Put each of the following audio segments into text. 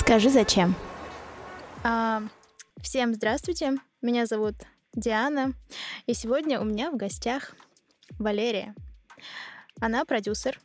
Скажи, зачем? Всем здравствуйте, меня зовут Диана, и сегодня у меня в гостях Валерия. Она продюсер,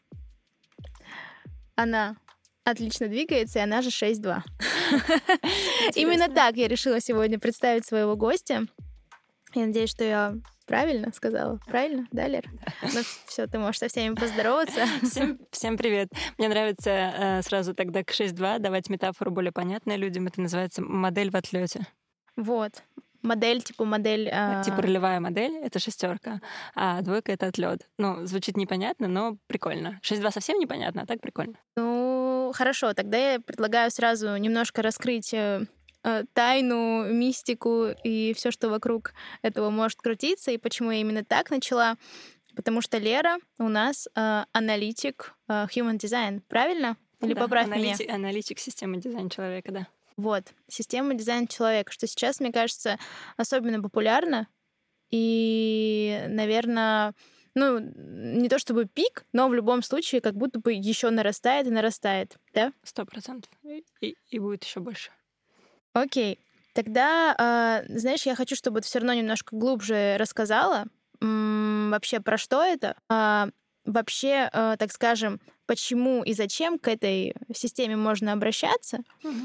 она отлично двигается, и она же 6'2". Именно так я решила сегодня представить своего гостя. Я надеюсь, что я правильно сказала. Правильно, да, Лер? Ну все, ты можешь со всеми поздороваться. Всем привет. Мне нравится сразу тогда к 6.2 давать метафору более понятной людям. Это называется модель в отлете. Вот. Модель. Типа ролевая модель — это 6, а 2 — это отлет. Ну, звучит непонятно, но прикольно. 6.2 совсем непонятно, а так прикольно. Ну, хорошо, тогда я предлагаю сразу немножко раскрыть тайну, мистику и все, что вокруг этого может крутиться, и почему я именно так начала. Потому что Лера у нас аналитик Human Design, правильно? Или да, поправь меня. Аналитик системы дизайна человека, да. Вот, система дизайна человека, что сейчас, мне кажется, особенно популярно. И, наверное, ну, не то чтобы пик, но в любом случае как будто бы еще нарастает и нарастает, да? 100%. И будет еще больше. Окей. Тогда, знаешь, я хочу, чтобы ты все равно немножко глубже рассказала вообще про что это, вообще, так скажем, почему и зачем к этой системе можно обращаться,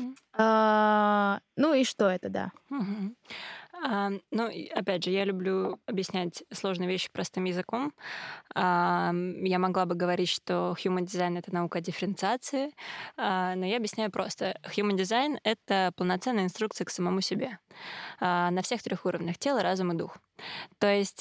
ну и что это, да. Ну, опять же, я люблю объяснять сложные вещи простым языком. Я могла бы говорить, что Human Design — это наука дифференциации, но я объясняю просто. Human Design — это полноценная инструкция к самому себе на всех 3 уровнях — тело, разум и дух. То есть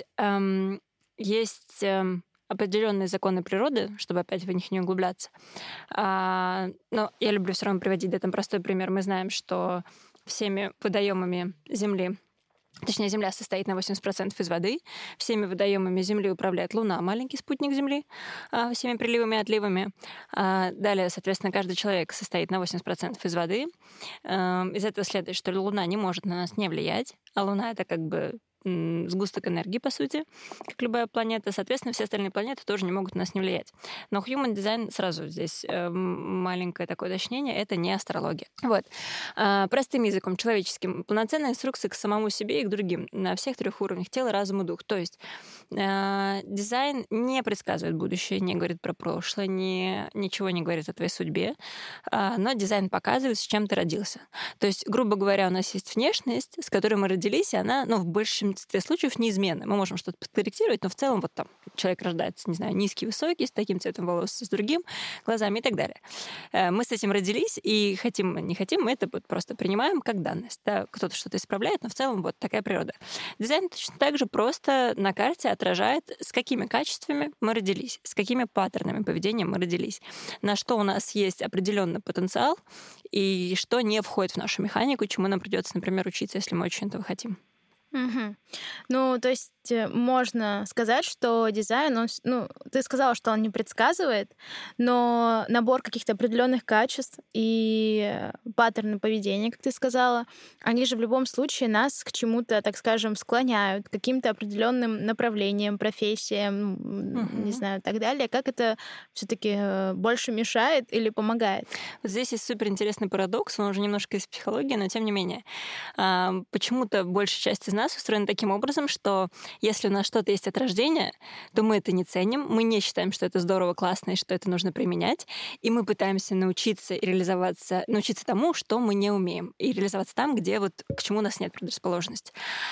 есть определенные законы природы, чтобы опять в них не углубляться. Но я люблю все равно приводить там простой пример. Мы знаем, что всеми водоемами Земли, точнее, Земля состоит на 80% из воды. Всеми водоемами Земли управляет Луна, маленький спутник Земли, всеми приливами и отливами. Далее, соответственно, каждый человек состоит на 80% из воды. Из этого следует, что Луна не может на нас не влиять, а Луна — это как бы сгусток энергии, по сути, как любая планета. Соответственно, все остальные планеты тоже не могут на нас не влиять. Но Human Design, сразу здесь маленькое такое уточнение, это не астрология. Вот. Простым языком, человеческим, полноценная инструкция к самому себе и к другим на всех 3 уровнях — тело, разум и дух. То есть дизайн не предсказывает будущее, не говорит про прошлое, ничего не говорит о твоей судьбе, но дизайн показывает, с чем ты родился. То есть, грубо говоря, у нас есть внешность, с которой мы родились, и она, в большинстве случаев неизменна. Мы можем что-то подкорректировать, но в целом вот там человек рождается, не знаю, низкий, высокий, с таким цветом волос, с другим глазами и так далее. Мы с этим родились, и хотим мы, не хотим, мы это просто принимаем как данность. Да? Кто-то что-то исправляет, но в целом вот такая природа. Дизайн точно так же просто на карте отражает, с какими качествами мы родились, с какими паттернами поведения мы родились, на что у нас есть определенный потенциал и что не входит в нашу механику, чему нам придется, например, учиться, если мы очень этого хотим. Угу. Ну, то есть можно сказать, что дизайн, он, ты сказала, что он не предсказывает, но набор каких-то определенных качеств и паттерны поведения, как ты сказала, они же в любом случае нас к чему-то, так скажем, склоняют, к каким-то определенным направлениям, профессиям, не знаю, так далее. Как это все-таки больше мешает или помогает? Вот здесь есть суперинтересный парадокс, он уже немножко из психологии, но тем не менее. Почему-то большая часть из нас устроена таким образом, что если у нас что-то есть от рождения, то мы это не ценим, мы не считаем, что это здорово, классно и что это нужно применять, и мы пытаемся научиться тому, что мы не умеем, и реализоваться там, где вот к чему у нас нет предрасположенности.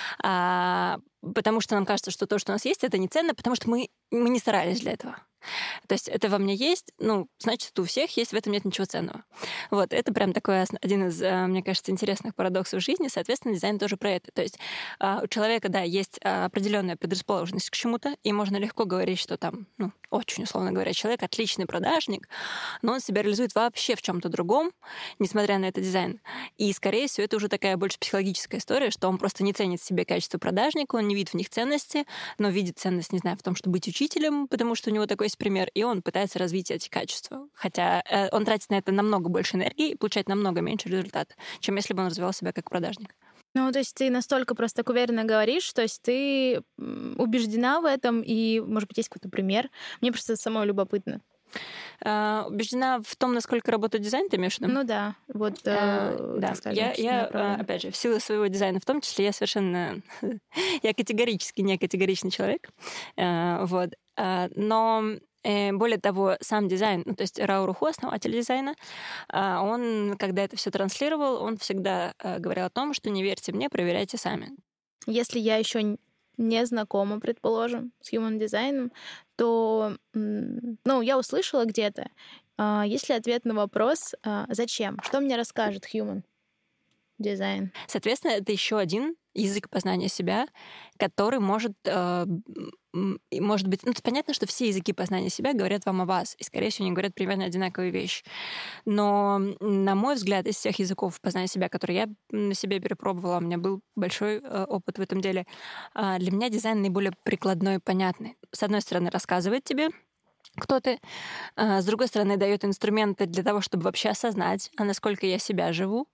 Потому что нам кажется, что то, что у нас есть, это не ценно, потому что мы не старались для этого. То есть это во мне есть, значит, это у всех есть, в этом нет ничего ценного. Вот, это прям такой один из, мне кажется, интересных парадоксов жизни. Соответственно, дизайн тоже про это. То есть у человека, да, есть определенная предрасположенность к чему-то, и можно легко говорить, что там, очень условно говоря, человек отличный продажник, но он себя реализует вообще в чем-то другом, несмотря на этот дизайн. И, скорее всего, это уже такая больше психологическая история, что он просто не ценит в себе качество продажника, он не видит в них ценности, но видит ценность, не знаю, в том, чтобы быть учителем, потому что у него такой есть пример, и он пытается развить эти качества. Хотя он тратит на это намного больше энергии и получает намного меньше результата, чем если бы он развивал себя как продажник. Ну, то есть ты настолько просто так уверенно говоришь, то есть ты убеждена в этом, и, может быть, есть какой-то пример. Мне просто самой любопытно. Убеждена в том, насколько работает дизайн, ты имеешь в виду? Ну да, вот, Да, так скажем, опять же, в силу своего дизайна в том числе, я совершенно... я категорически не категоричный человек. Вот. Но более того, сам дизайн, ну, то есть Рао Руху, основатель дизайна, он, когда это все транслировал, он всегда говорил о том, что не верьте мне, проверяйте сами. Если я еще не знакома, предположим, с human дизайном, то, ну, я услышала где-то, есть ли ответ на вопрос, зачем? Что мне расскажет human дизайн? Соответственно, это еще один язык познания себя, который может быть... Ну, понятно, что все языки познания себя говорят вам о вас, и, скорее всего, они говорят примерно одинаковые вещи. Но, на мой взгляд, из всех языков познания себя, которые я на себе перепробовала, у меня был большой опыт в этом деле, для меня дизайн наиболее прикладной и понятный. С одной стороны, рассказывает тебе, кто ты, с другой стороны, дает инструменты для того, чтобы вообще осознать, насколько я себя живу.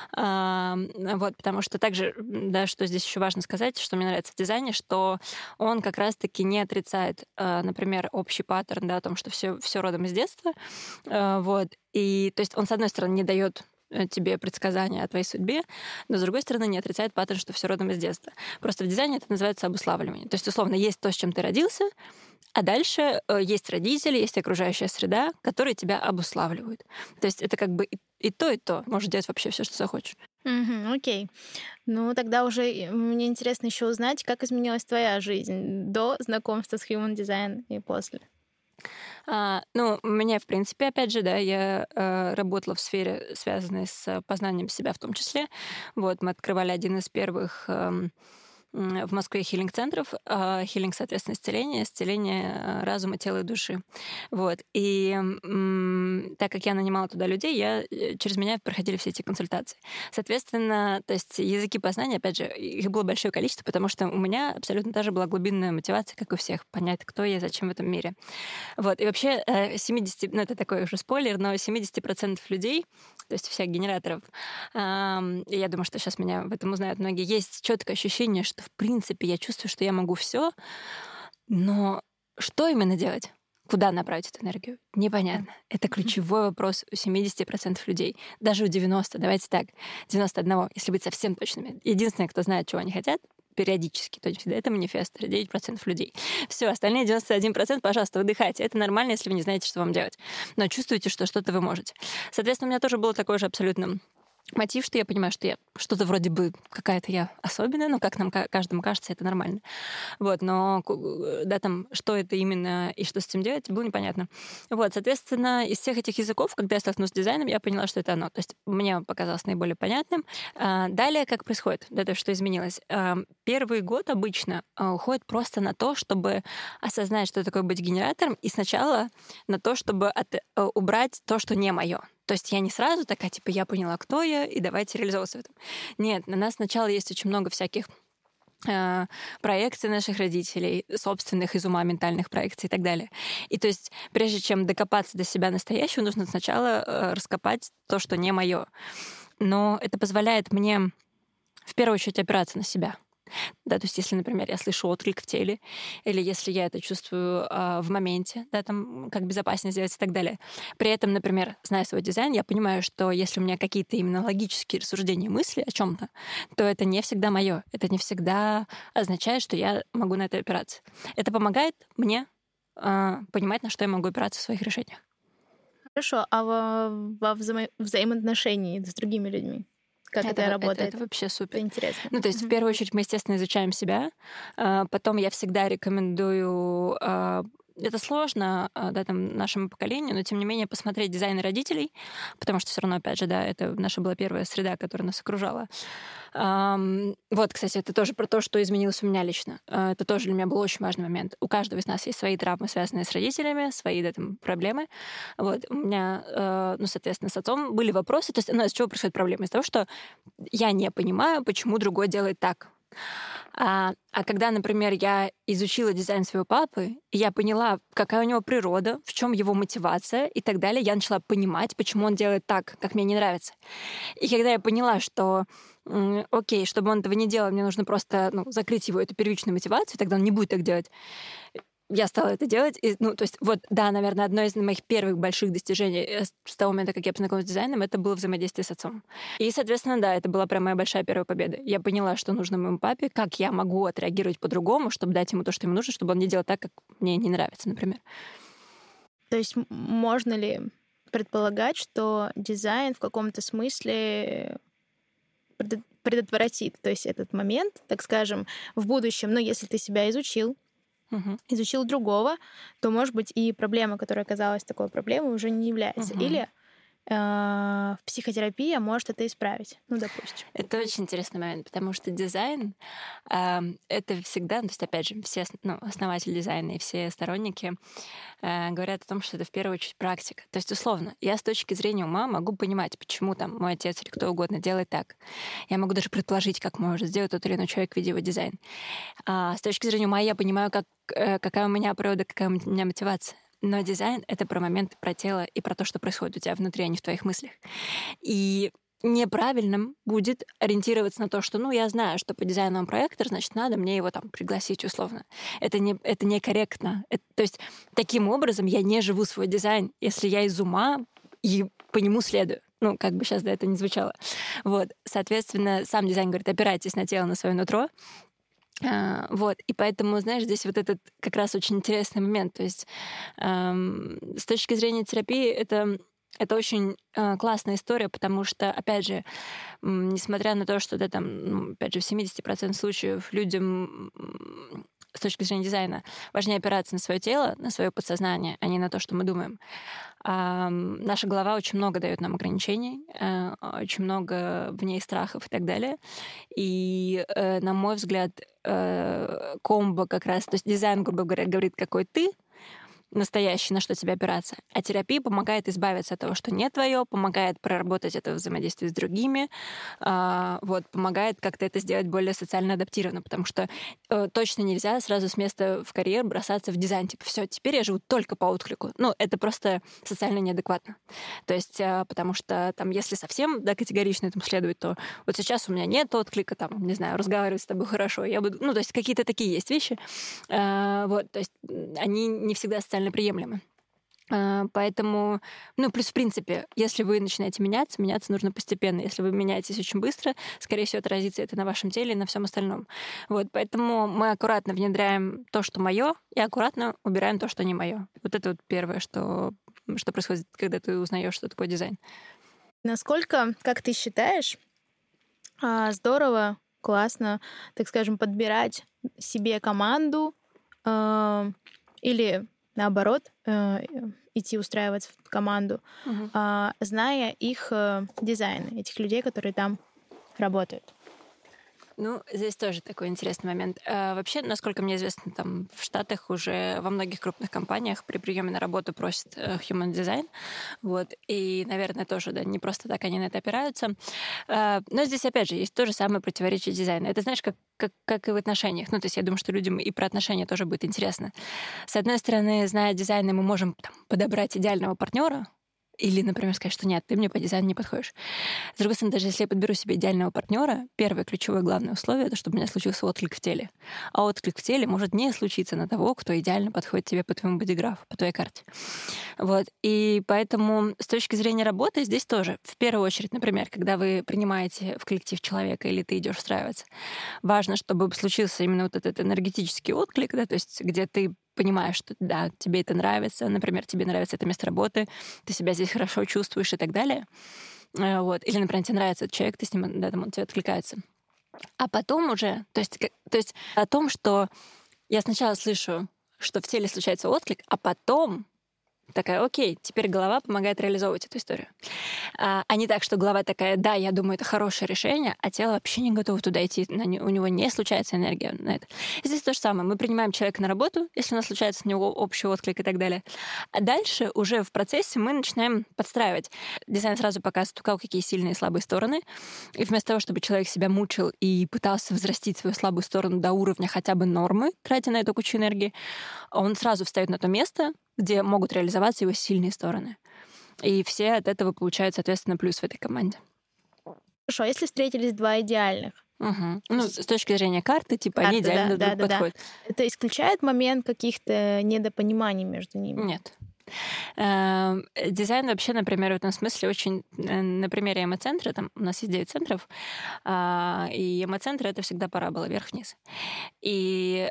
Вот, потому что также, да, что здесь еще важно сказать, что мне нравится в дизайне, что он как раз-таки не отрицает, например, общий паттерн, да, о том, что все родом из детства. Вот. И, то есть он, с одной стороны, не дает тебе предсказания о твоей судьбе, но, с другой стороны, не отрицает паттерн, что все родом из детства. Просто в дизайне это называется обуславливание. То есть, условно, есть то, с чем ты родился, а дальше есть родители, есть окружающая среда, которые тебя обуславливают. То есть это как бы и то. Можешь делать вообще все, что захочешь. Окей. Ну, тогда уже мне интересно еще узнать, как изменилась твоя жизнь до знакомства с human design и после. Ну, мне, в принципе, опять же, да, я работала в сфере, связанной с познанием себя в том числе. Вот, мы открывали один из первых в Москве хилинг-центров. Хилинг, соответственно, исцеление разума, тела и души. Вот. И так как я нанимала туда людей, через меня проходили все эти консультации. Соответственно, то есть языки познания, опять же, их было большое количество, потому что у меня абсолютно та же была глубинная мотивация, как у всех, понять, кто я, зачем в этом мире. Вот. И вообще 70, ну это такой уже спойлер, но 70% людей, то есть всех генераторов, я думаю, что сейчас меня в этом узнают многие, есть четкое ощущение, что в принципе я чувствую, что я могу все, но что именно делать? Куда направить эту энергию? Непонятно. Это ключевой вопрос у 70% людей. Даже у 90%, давайте так, 91%, если быть совсем точными. Единственное, кто знает, чего они хотят, периодически, то есть это манифест, 9% людей. Все, остальные 91%, пожалуйста, выдыхайте. Это нормально, если вы не знаете, что вам делать. Но чувствуете, что что-то вы можете. Соответственно, у меня тоже было такое же абсолютно мотив, что я понимаю, что я что-то вроде бы какая-то я особенная, но как нам каждому кажется, это нормально. Вот, но да, там, что это именно и что с этим делать, было непонятно. Вот, соответственно, из всех этих языков, когда я столкнулась с дизайном, я поняла, что это оно. То есть мне показалось наиболее понятным. Далее, как происходит, это что изменилось? Первый год обычно уходит просто на то, чтобы осознать, что такое быть генератором, и сначала на то, чтобы убрать то, что не мое. То есть я не сразу такая, типа, я поняла, кто я, и давайте реализовываться в этом. Нет, на нас сначала есть очень много всяких проекций наших родителей, собственных из ума ментальных проекций и так далее. И то есть прежде чем докопаться до себя настоящего, нужно сначала раскопать то, что не мое. Но это позволяет мне в первую очередь опираться на себя. Да, то есть если, например, я слышу отклик в теле, или если я это чувствую в моменте, да, там, как безопаснее сделать и так далее. При этом, например, зная свой дизайн, я понимаю, что если у меня какие-то именно логические рассуждения, мысли о чем-то, то это не всегда мое. Это не всегда означает, что я могу на это опираться. Это помогает мне понимать, на что я могу опираться в своих решениях. Хорошо, а во взаимоотношении с другими людьми? Как это работает? Это вообще супер. Это интересно. Ну, то есть, в первую очередь, мы, естественно, изучаем себя. Потом я всегда рекомендую... Это сложно, да, там, нашему поколению, но, тем не менее, посмотреть дизайны родителей, потому что все равно, опять же, да, это наша была первая среда, которая нас окружала. Вот, кстати, это тоже про то, что изменилось у меня лично. Это тоже для меня был очень важный момент. У каждого из нас есть свои травмы, связанные с родителями, свои, да, там, проблемы. Вот, у меня, ну, соответственно, с отцом были вопросы. То есть, ну, из чего происходит проблема? Из того, что я не понимаю, почему другой делает так. А когда, например, я изучила дизайн своего папы, и я поняла, какая у него природа, в чем его мотивация и так далее, я начала понимать, почему он делает так, как мне не нравится. И когда я поняла, что окей, чтобы он этого не делал, мне нужно просто закрыть его эту первичную мотивацию, тогда он не будет так делать. я стала это делать. И, ну, то есть, вот, да, наверное, одно из моих первых больших достижений с того момента, как я познакомилась с дизайном, это было взаимодействие с отцом. И, соответственно, да, это была прям моя большая первая победа. Я поняла, что нужно моему папе, как я могу отреагировать по-другому, чтобы дать ему то, что ему нужно, чтобы он не делал так, как мне не нравится, например. То есть можно ли предполагать, что дизайн в каком-то смысле предотвратит, то есть этот момент, так скажем, в будущем, ну, если ты себя изучил другого, то, может быть, и проблема, которая оказалась такой проблемой, уже не является. Или в психотерапии может это исправить, ну, допустим. Это очень интересный момент, потому что дизайн это всегда, то есть, опять же, все основатели дизайна и все сторонники говорят о том, что это в первую очередь практика. То есть, условно, я с точки зрения ума могу понимать, почему там мой отец или кто угодно делает так. Я могу даже предположить, как может сделать тот или иной человек, видя его дизайн. С точки зрения ума я понимаю, какая у меня природа, какая у меня мотивация. Но дизайн — это про момент, про тело и про то, что происходит у тебя внутри, а не в твоих мыслях. И неправильным будет ориентироваться на то, что, я знаю, что по дизайну он проектор, значит, надо мне его там пригласить условно. Это некорректно. То есть таким образом я не живу свой дизайн, если я из ума и по нему следую. Как бы сейчас это не звучало. Вот. Соответственно, сам дизайн говорит, опирайтесь на тело, на свое нутро. И поэтому, знаешь, здесь вот этот как раз очень интересный момент. То есть с точки зрения терапии это очень классная история, потому что, опять же, несмотря на то, что опять же, в 70% случаев людям с точки зрения дизайна важнее опираться на свое тело, на свое подсознание, а не на то, что мы думаем. Наша голова очень много дает нам ограничений, очень много в ней страхов и так далее. И, на мой взгляд, комбо как раз, то есть дизайн, грубо говоря, говорит, какой ты, настоящий, на что тебе опираться. А терапия помогает избавиться от того, что не твое, помогает проработать это взаимодействие с другими, помогает как-то это сделать более социально адаптированно, потому что точно нельзя сразу с места в карьер бросаться в дизайн. Типа, все, теперь я живу только по отклику. Это просто социально неадекватно. То есть, потому что если совсем категорично этому следовать, то вот сейчас у меня нет отклика, не знаю, разговаривать с тобой хорошо, я буду... то есть какие-то такие есть вещи. То есть они не всегда социально приемлемы. Поэтому, плюс, в принципе, если вы начинаете меняться нужно постепенно. Если вы меняетесь очень быстро, скорее всего, отразится это на вашем теле и на всем остальном. Поэтому мы аккуратно внедряем то, что мое, и аккуратно убираем то, что не мое. Вот это первое, что происходит, когда ты узнаешь, что такое дизайн. Насколько, как ты считаешь, здорово, классно, так скажем, подбирать себе команду или наоборот, идти устраиваться в команду, зная их дизайн, этих людей, которые там работают. Здесь тоже такой интересный момент. Вообще, насколько мне известно, в Штатах уже во многих крупных компаниях при приеме на работу просят human design. И, наверное, тоже, не просто так они на это опираются. Но здесь, опять же, есть то же самое противоречие дизайна. Это, знаешь, как и в отношениях. То есть я думаю, что людям и про отношения тоже будет интересно. С одной стороны, зная дизайн, мы можем подобрать идеального партнера, или, например, сказать, что нет, ты мне по дизайну не подходишь. С другой стороны, даже если я подберу себе идеального партнера, первое ключевое главное условие — это чтобы у меня случился отклик в теле. А отклик в теле может не случиться на того, кто идеально подходит тебе по твоему бодиграфу, по твоей карте. И поэтому с точки зрения работы здесь тоже, в первую очередь, например, когда вы принимаете в коллектив человека или ты идешь устраиваться, важно, чтобы случился именно этот энергетический отклик, то есть где ты понимаешь, что да, тебе это нравится, например, тебе нравится это место работы, ты себя здесь хорошо чувствуешь и так далее. Или, например, тебе нравится этот человек, ты с ним, он тебе откликается. А потом уже, то есть о том, что я сначала слышу, что в теле случается отклик, а потом такая, окей, теперь голова помогает реализовывать эту историю. А не так, что голова такая, да, я думаю, это хорошее решение, а тело вообще не готово туда идти, у него не случается энергия на это. И здесь то же самое. Мы принимаем человека на работу, если у нас случается с него общий отклик и так далее. А дальше уже в процессе мы начинаем подстраивать. Дизайн сразу показывает, у кого какие сильные и слабые стороны. И вместо того, чтобы человек себя мучил и пытался взрастить свою слабую сторону до уровня хотя бы нормы, тратя на эту кучу энергии, он сразу встает на то место, где могут реализоваться его сильные стороны. И все от этого получают, соответственно, плюс в этой команде. Хорошо, если встретились два идеальных Угу. Ну, с точки зрения карты, типа, они идеально друг другу подходят. Это исключает момент каких-то недопониманий между ними? Нет. Дизайн вообще, например, в этом смысле очень... На примере эмо-центра, там у нас есть 9 центров, и эмо-центр — это всегда парабола вверх-вниз. И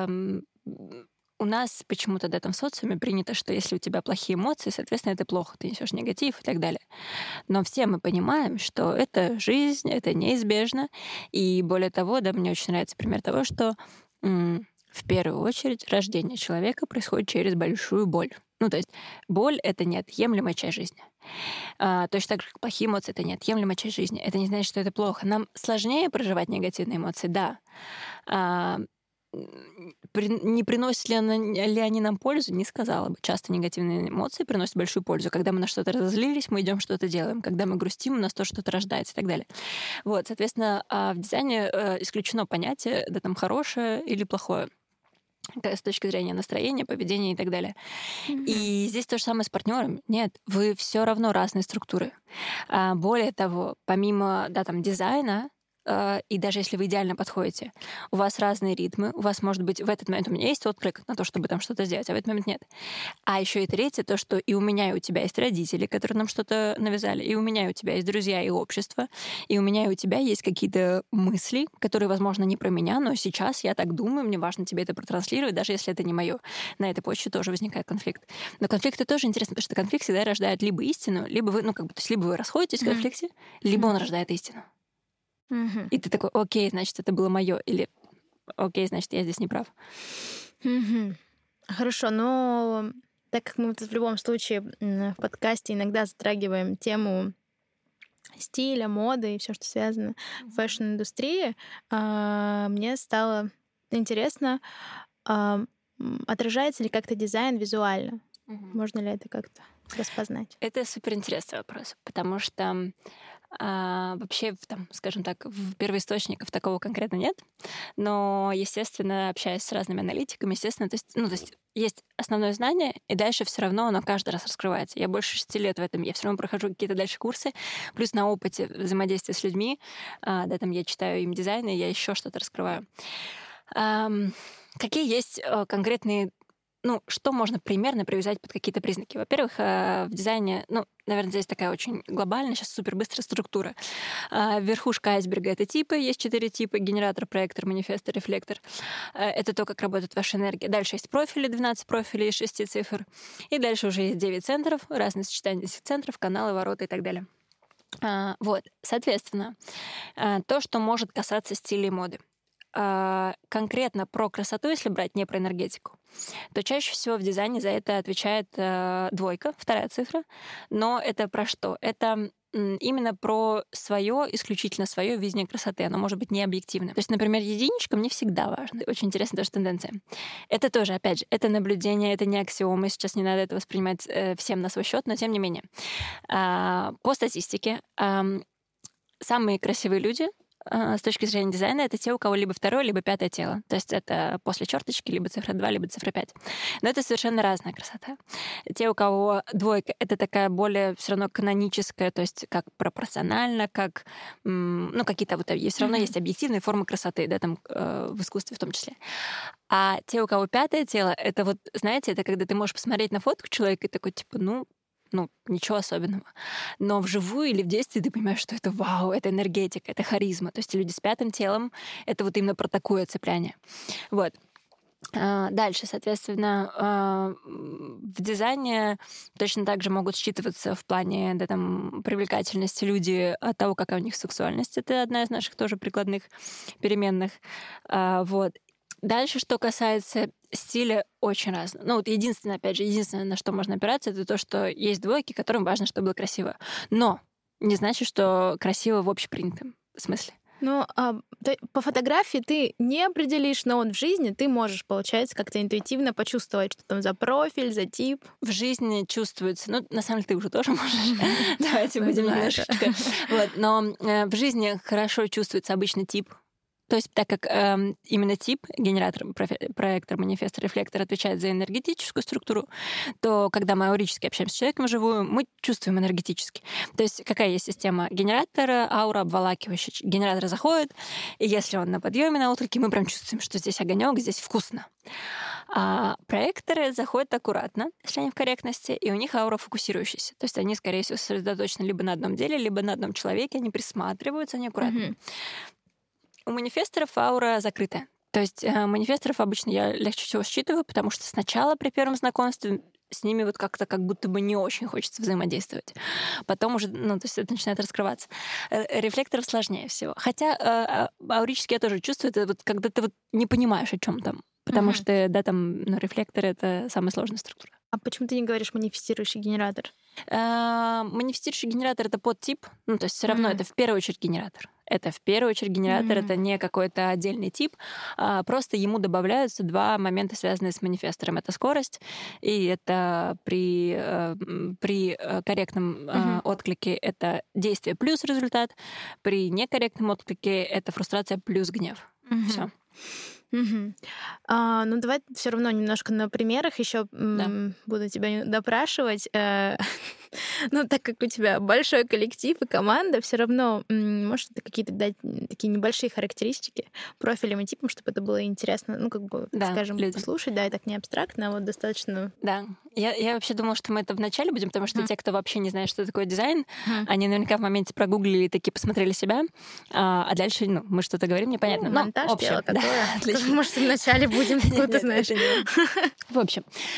у нас почему-то в этом социуме принято, что если у тебя плохие эмоции, соответственно, это плохо, ты несешь негатив и так далее. Но все мы понимаем, что это жизнь, это неизбежно. И более того, да, мне очень нравится пример того, что в первую очередь рождение человека происходит через большую боль. Ну, то есть боль — это неотъемлемая часть жизни. Точно так же, как плохие эмоции — это неотъемлемая часть жизни. Это не значит, что это плохо. Нам сложнее проживать негативные эмоции, да. Не приносят ли они нам пользу, не сказала бы. Часто негативные эмоции приносят большую пользу. Когда мы на что-то разозлились, мы идем что-то делаем. Когда мы грустим, у нас то что-то рождается и так далее. Вот, соответственно, в дизайне исключено понятие, да, там, хорошее или плохое с точки зрения настроения, поведения и так далее. И здесь то же самое с партнерами. Нет, вы все равно разные структуры. Более того, помимо, да, там, дизайна, и даже если вы идеально подходите, у вас разные ритмы, у вас, может быть, в этот момент у меня есть отклик на то, чтобы там что-то сделать, а в этот момент нет. А еще и третье, то, что и у меня, и у тебя есть родители, которые нам что-то навязали, и у меня, и у тебя есть друзья и общество, и у меня, и у тебя есть какие-то мысли, которые, возможно, не про меня, но сейчас я так думаю, мне важно тебе это протранслировать, даже если это не мое. На этой почве тоже возникает конфликт. Но конфликты тоже интересно, потому что конфликт всегда рождает либо истину, либо вы, то есть либо вы расходитесь в конфликте, либо он рождает истину. И ты такой: окей, значит, это было мое, или окей, значит, я здесь не прав. Хорошо, но так как мы в любом случае в подкасте иногда затрагиваем тему стиля, моды и все, что связано с фэшн-индустрией, мне стало интересно, отражается ли как-то дизайн визуально? Можно ли это как-то распознать? Это суперинтересный вопрос, потому что вообще, там, скажем так, первоисточников такого конкретно нет, но, естественно, общаясь с разными аналитиками, естественно, то есть основное знание, и дальше все равно оно каждый раз раскрывается. Я больше 6 лет в этом, я все равно прохожу какие-то дальше курсы, плюс на опыте взаимодействия с людьми, да, там я читаю им дизайн, и я еще что-то раскрываю. Какие есть конкретные, что можно примерно привязать под какие-то признаки? Во-первых, в дизайне, наверное, здесь такая очень глобальная, сейчас супербыстрая структура. Верхушка айсберга — это типы, есть 4 типа: генератор, проектор, манифестор, рефлектор. Это то, как работает ваша энергия. Дальше есть профили, 12 профилей из 6 цифр. И дальше уже есть 9 центров, разные сочетания этих центров, каналы, ворота и так далее. Вот, соответственно, то, что может касаться стиля и моды. Конкретно про красоту, если брать, не про энергетику, то чаще всего в дизайне за это отвечает 2, 2 цифра. Но это про что? Это именно про свое, исключительно свое видение красоты. Оно может быть не объективным. То есть, например, единичка мне всегда важна. Очень интересная тоже тенденция. Это тоже, опять же, это наблюдение, это не аксиомы. Сейчас не надо это воспринимать всем на свой счет, но тем не менее. По статистике, самые красивые люди с точки зрения дизайна — это те, у кого либо 2, либо 5 тело. То есть это после черточки либо цифра 2, либо цифра 5. Но это совершенно разная красота. Те, у кого 2, это такая более все равно каноническая, то есть как пропорционально, как какие-то все равно есть объективные формы красоты, да, там в искусстве в том числе. А те, у кого 5 тело, это знаете, это когда ты можешь посмотреть на фотку человека и такой, типа, ничего особенного. Но вживую или в детстве ты понимаешь, что это вау, это энергетика, это харизма. То есть люди с 5 телом — это именно про такое цепляние. Вот. Дальше, соответственно, в дизайне точно так же могут считываться в плане, да, там, привлекательности люди от того, какая у них сексуальность. Это одна из наших тоже прикладных переменных. Вот. Дальше, что касается стиля, очень разно. Единственное, на что можно опираться, это то, что есть 2, которым важно, чтобы было красиво. Но не значит, что красиво в общепринятом смысле. По фотографии ты не определишь, но в жизни ты можешь, получается, как-то интуитивно почувствовать, что там за профиль, за тип. В жизни чувствуется. На самом деле ты уже тоже можешь. Давайте будем немножечко. Но в жизни хорошо чувствуется обычно тип. То есть так как именно тип, генератор, проектор, манифестор, рефлектор отвечает за энергетическую структуру, то когда мы аурически общаемся с человеком вживую, мы чувствуем энергетически. То есть какая есть система генератора, аура обволакивающая. Генератор заходит, и если он на подъеме, на отклике, мы прям чувствуем, что здесь огонек, здесь вкусно. А проекторы заходят аккуратно, если они в корректности, и у них аура фокусирующаяся. То есть они, скорее всего, сосредоточены либо на одном деле, либо на одном человеке, они присматриваются, они аккуратны. У манифесторов аура закрытая. То есть манифесторов обычно я легче всего считываю, потому что сначала при первом знакомстве с ними вот как-то как будто бы не очень хочется взаимодействовать. Потом уже, то есть это начинает раскрываться. Рефлекторов сложнее всего. Хотя аурически я тоже чувствую, это вот когда ты вот не понимаешь, о чем там. Потому что, да, там, рефлекторы — это самая сложная структура. А почему ты не говоришь манифестирующий генератор? Манифестирующий генератор — это подтип, то есть все равно это в первую очередь генератор. Это в первую очередь генератор, это не какой-то отдельный тип, просто ему добавляются два момента, связанные с манифестором. Это скорость, и это при корректном отклике это действие плюс результат, при некорректном отклике это фрустрация плюс гнев. Все. Ну, давай все равно немножко на примерах еще буду тебя допрашивать. Ну, так как у тебя большой коллектив и команда, все равно можешь ты какие-то дать такие небольшие характеристики профилям и типам, чтобы это было интересно, скажем, людям послушать, да, и так не абстрактно, а вот достаточно... Да. Я вообще думала, что мы это вначале будем, потому что те, кто вообще не знает, что такое дизайн, они наверняка в моменте прогуглили и такие посмотрели себя, а дальше, мы что-то говорим непонятно. Монтаж дело такое. Может, вначале будем, ты знаешь. В общем,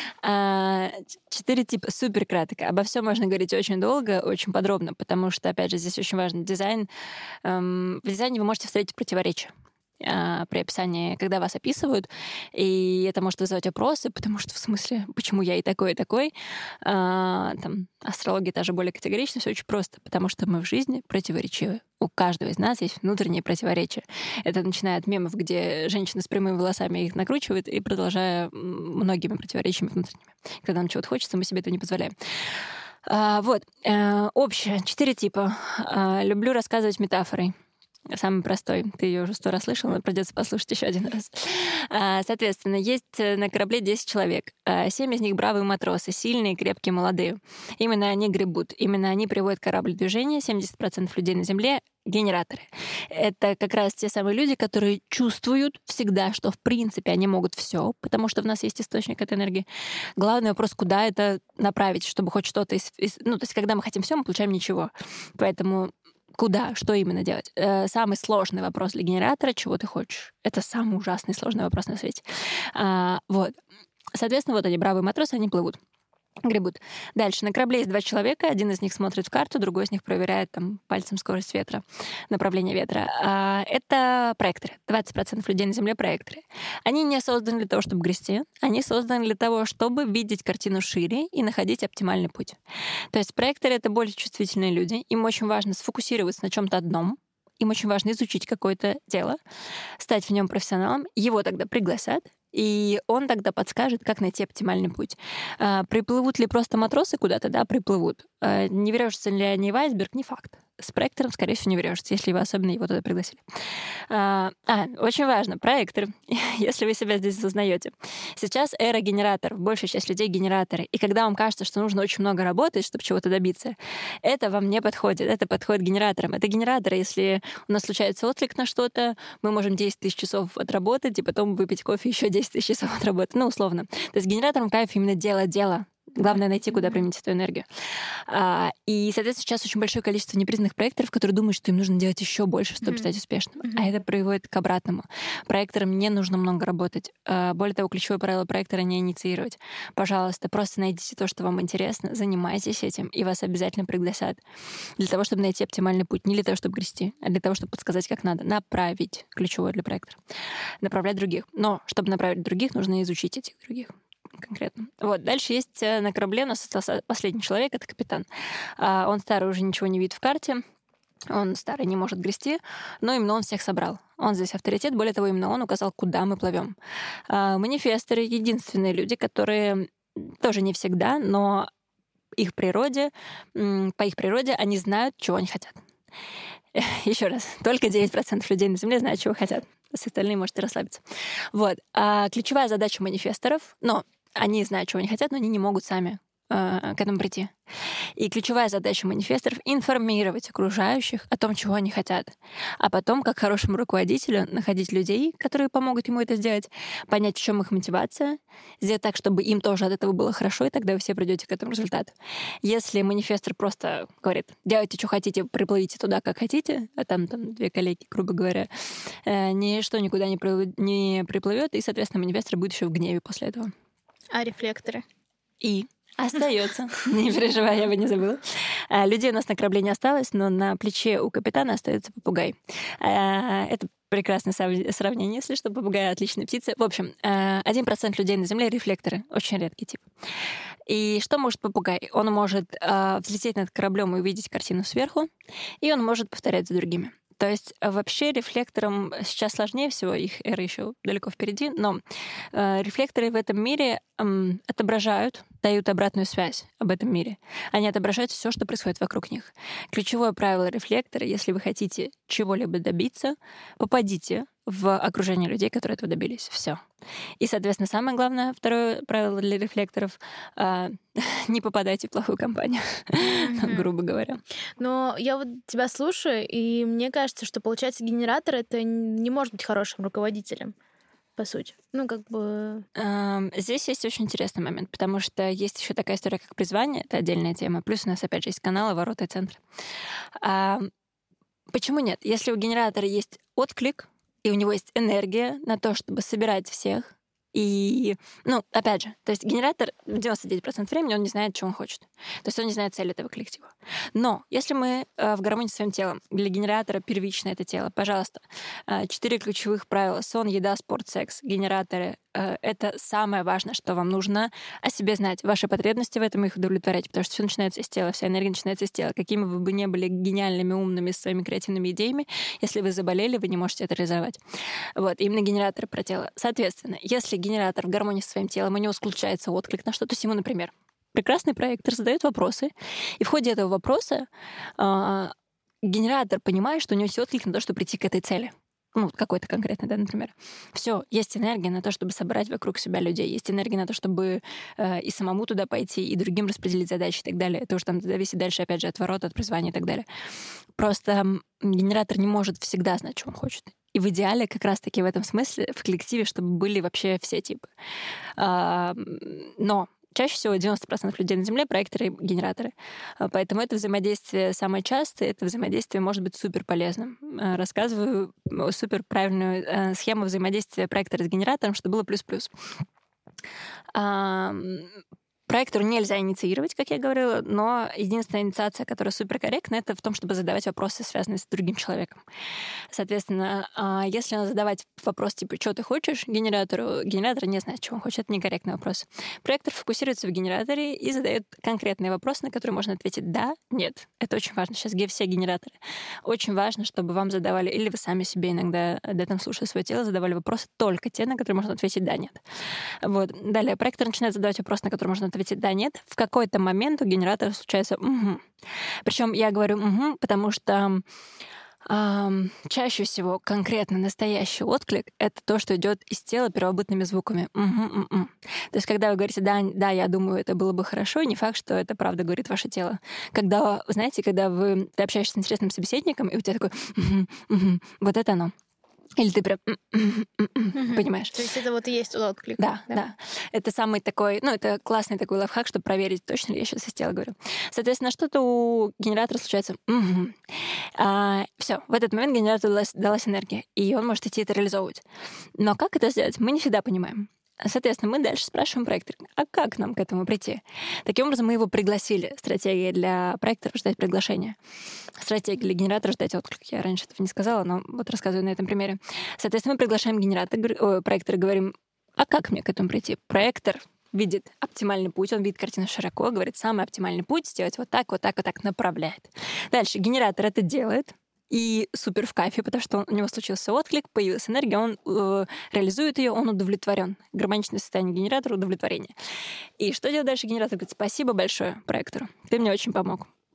4 типа супер кратко. Обо всем можно говорить очень долго, очень подробно, потому что, опять же, здесь очень важен дизайн. В дизайне вы можете встретить противоречия при описании, когда вас описывают, и это может вызывать вопросы, потому что в смысле, почему я и такой, и такой. Там астрология даже более категорична, все очень просто, потому что мы в жизни противоречивы. У каждого из нас есть внутренние противоречия. Это начиная от мемов, где женщина с прямыми волосами их накручивает, и продолжая многими противоречиями внутренними. Когда нам чего-то хочется, мы себе это не позволяем. Общее. 4 типа. Люблю рассказывать метафорой. Самый простой. Ты ее уже 100 раз слышал, но придется послушать еще один раз. Соответственно, есть на корабле 10 человек. 7 из них бравые матросы, сильные, крепкие, молодые. Именно они гребут. Именно они приводят корабль в движение. 70% людей на Земле — генераторы. Это как раз те самые люди, которые чувствуют всегда, что в принципе они могут все, потому что в нас есть источник этой энергии. Главный вопрос, куда это направить, чтобы хоть что-то то есть когда мы хотим все, мы получаем ничего. Поэтому куда, что именно делать? Самый сложный вопрос для генератора — чего ты хочешь? Это самый ужасный сложный вопрос на свете. Соответственно, они бравые матросы, они плывут. Гребут. Дальше. На корабле есть 2 человека. Один из них смотрит в карту, другой из них проверяет пальцем скорость ветра, направление ветра. Это проекторы. 20% людей на Земле — проекторы. Они не созданы для того, чтобы грести. Они созданы для того, чтобы видеть картину шире и находить оптимальный путь. То есть проекторы — это более чувствительные люди. Им очень важно сфокусироваться на чем-то одном. Им очень важно изучить какое-то дело, стать в нем профессионалом. Его тогда пригласят, и он тогда подскажет, как найти оптимальный путь. Приплывут ли просто матросы куда-то? Да, приплывут. Не врежется ли они в айсберг? Не факт. С проектором, скорее всего, не врежется, если его особенно его туда пригласили. Очень важно, проектор, если вы себя здесь узнаете. Сейчас эра генераторов, большая часть людей — генераторы. И когда вам кажется, что нужно очень много работать, чтобы чего-то добиться, это вам не подходит. Это подходит генераторам. Это генераторы. Если у нас случается отклик на что-то, мы можем 10 тысяч часов отработать и потом выпить кофе еще 10 тысяч часов отработать. Условно. То есть генераторам кайф именно делать дело. Главное — найти, куда применить эту энергию. И, соответственно, сейчас очень большое количество непризнанных проекторов, которые думают, что им нужно делать еще больше, чтобы стать успешным. А это приводит к обратному. Проекторам не нужно много работать. Более того, ключевое правило проектора — не инициировать. Пожалуйста, просто найдите то, что вам интересно, занимайтесь этим, и вас обязательно пригласят. Для того, чтобы найти оптимальный путь. Не для того, чтобы грести, а для того, чтобы подсказать, как надо. Направить. Ключевое для проектора. Направлять других. Но чтобы направить других, нужно изучить этих других. Конкретно. Дальше есть на корабле у нас остался последний человек, это капитан. Он старый, уже ничего не видит в карте. Он старый, не может грести, но именно он всех собрал. Он здесь авторитет, более того, именно он указал, куда мы плывем. Манифесторы — единственные люди, которые тоже не всегда, но по их природе они знают, чего они хотят. Еще раз, только 9% людей на Земле знают, чего хотят. С остальными можете расслабиться. Вот. А ключевая задача манифесторов, они знают, чего они хотят, но они не могут сами к этому прийти. И ключевая задача манифесторов — информировать окружающих о том, чего они хотят. А потом, как хорошему руководителю, находить людей, которые помогут ему это сделать, понять, в чем их мотивация, сделать так, чтобы им тоже от этого было хорошо, и тогда вы все придете к этому результату. Если манифестор просто говорит: делайте, что хотите, приплывите туда, как хотите, а там две коллеги, грубо говоря, ничто никуда не приплывет, и, соответственно, манифестор будет еще в гневе после этого. А рефлекторы? И остается. Не переживай, я бы не забыла. Людей у нас на корабле не осталось, но на плече у капитана остается попугай. Это прекрасное сравнение, если что. Попугай — отличная птица. В общем, 1% людей на Земле — рефлекторы. Очень редкий тип. И что может попугай? Он может взлететь над кораблем и увидеть картину сверху, и он может повторять за другими. То есть вообще рефлекторам сейчас сложнее всего, их эра еще далеко впереди, но рефлекторы в этом мире отображают, дают обратную связь об этом мире. Они отображают все, что происходит вокруг них. Ключевое правило рефлектора: если вы хотите чего-либо добиться, попадите в окружение людей, которые этого добились. Все. И, соответственно, самое главное, второе правило для рефлекторов — не попадайте в плохую компанию, грубо говоря. Но я вот тебя слушаю, и мне кажется, что, получается, генератор — это не может быть хорошим руководителем, по сути. Здесь есть очень интересный момент, потому что есть еще такая история, как призвание, это отдельная тема. Плюс у нас, опять же, есть каналы, ворота и центры. Почему нет? Если у генератора есть отклик, и у него есть энергия на то, чтобы собирать всех. И, опять же, то есть генератор 99% времени он не знает, что он хочет. То есть он не знает цели этого коллектива. Но если мы в гармонии со своим телом, для генератора первично это тело, пожалуйста, 4 ключевых правила: сон, еда, спорт, секс. Генераторы — это самое важное, что вам нужно о себе знать. Ваши потребности в этом, их удовлетворять, потому что все начинается из тела, вся энергия начинается из тела. Какими вы бы ни были гениальными, умными, своими креативными идеями, если вы заболели, вы не можете это реализовать. Вот, именно генераторы про тело. Соответственно, если генератор в гармонии со своим телом, у него включается отклик на что-то, ему, например, прекрасный проектор задает вопросы, и в ходе этого вопроса генератор понимает, что у него есть отклик на то, чтобы прийти к этой цели. Какой-то конкретный, да, например. Все, есть энергия на то, чтобы собрать вокруг себя людей, есть энергия на то, чтобы и самому туда пойти, и другим распределить задачи и так далее. Это уже там зависит дальше, опять же, от ворота, от призвания и так далее. Просто генератор не может всегда знать, что он хочет. И в идеале как раз-таки в этом смысле в коллективе, чтобы были вообще все типы. Но чаще всего 90% людей на Земле — проекторы и генераторы. Поэтому это взаимодействие самое частое, это взаимодействие может быть супер полезным. Рассказываю супер правильную схему взаимодействия проектора с генератором, чтобы было плюс-плюс. Проектору нельзя инициировать, как я говорила, но единственная инициация, которая суперкорректна, это в том, чтобы задавать вопросы, связанные с другим человеком. Соответственно, если задавать вопрос типа «что ты хочешь?» генератор не знает, чего он хочет, это некорректный вопрос. Проектор фокусируется в генераторе и задает конкретные вопросы, на которые можно ответить «да», «нет». Это очень важно. Сейчас все генераторы. Очень важно, чтобы вам задавали, или вы сами себе иногда, там слушая свое тело, задавали вопросы только те, на которые можно ответить «да», «нет». Вот. Далее проектор начинает задавать вопросы, на которые можно ответить «да», «нет». В какой-то момент у генератора случается «угу». Причем я говорю «угу», потому что чаще всего конкретно настоящий отклик — это то, что идет из тела первобытными звуками. То есть когда вы говорите «да, я думаю, это было бы хорошо», не факт, что это правда говорит ваше тело. Когда, знаете, когда ты общаешься с интересным собеседником, и у тебя такой вот это оно. Или ты прям понимаешь. То есть это вот и есть отклик. Да. Это самый такой, это классный такой лайфхак, чтобы проверить, точно ли я сейчас из тела говорю. Соответственно, что-то у генератора случается. Все, в этот момент генератору далась энергия, и он может идти это реализовывать. Но как это сделать, мы не всегда понимаем. Соответственно, мы дальше спрашиваем проектора, а как нам к этому прийти? Таким образом, мы его пригласили. Стратегия для проектора — ждать приглашения. Стратегия для генератора — ждать отклик. Я раньше этого не сказала, но вот рассказываю на этом примере. Соответственно, мы приглашаем проектора, говорим, а как мне к этому прийти? Проектор видит оптимальный путь, он видит картину широко, говорит, самый оптимальный путь — сделать вот так, направляет. Дальше генератор это делает, и супер в кайфе, потому что у него случился отклик, появилась энергия, он реализует ее, он удовлетворен. Гармоничное состояние генератора — удовлетворение. И что делает дальше генератор? Говорит, спасибо большое проектору, ты мне очень помог.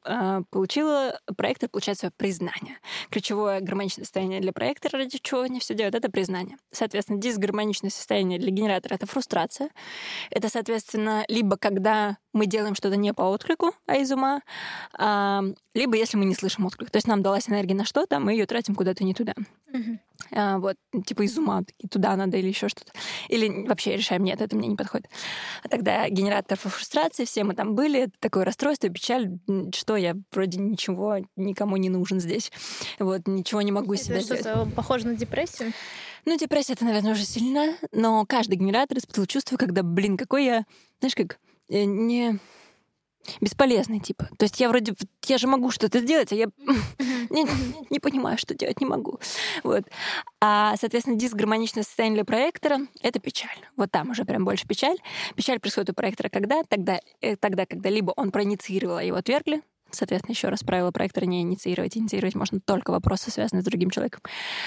проектор получает свое признание. Ключевое гармоничное состояние для проектора, ради чего они все делают, это признание. Соответственно, дисгармоничное состояние для генератора — это фрустрация. Это, соответственно, либо когда мы делаем что-то не по отклику, а из ума, либо если мы не слышим отклик. То есть нам далась энергия на что-то, мы ее тратим куда-то не туда. Вот, типа из ума, туда надо или еще что-то. Или вообще решаем, нет, это мне не подходит. А тогда генератор фрустрации, все мы там были, это такое расстройство, печаль, что я вроде ничего никому не нужен здесь. Вот, ничего не могу себя сделать. Это что-то похоже на депрессию? Ну, депрессия — это, наверное, уже сильно, но каждый генератор испытывал чувство, когда, какой я, знаешь, как не бесполезный, типа. То есть я же могу что-то сделать, а я не понимаю, что делать не могу. Вот. А, соответственно, дисгармоничное состояние для проектора — это печаль. Вот там уже прям больше печаль. Печаль происходит у проектора когда? Тогда, когда либо он проинициировал, а его отвергли. Соответственно, еще раз, правило проектора — не инициировать. Инициировать можно только вопросы, связанные с другим человеком.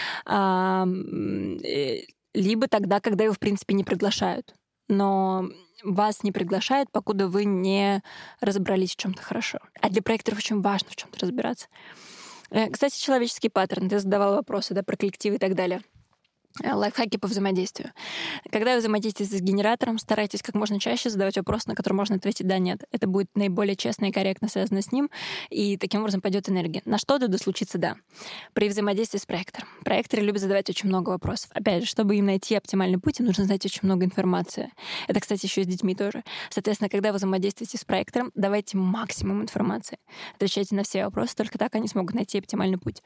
Либо тогда, когда его, в принципе, не приглашают. Но вас не приглашают, покуда вы не разобрались в чем-то хорошо. А для проекторов очень важно в чем-то разбираться. Кстати, человеческий паттерн. Ты задавала вопросы, про коллективы и так далее. Лайфхаки по взаимодействию. Когда вы взаимодействуете с генератором, старайтесь как можно чаще задавать вопрос, на который можно ответить «да», «нет». Это будет наиболее честно и корректно связано с ним, и таким образом пойдет энергия. На что-то да случится «да». При взаимодействии с проектором. Проекторы любят задавать очень много вопросов. Опять же, чтобы им найти оптимальный путь, им нужно знать очень много информации. Это, кстати, еще и с детьми тоже. Соответственно, когда вы взаимодействуете с проектором, давайте максимум информации. Отвечайте на все вопросы, только так они смогут найти оптимальный путь.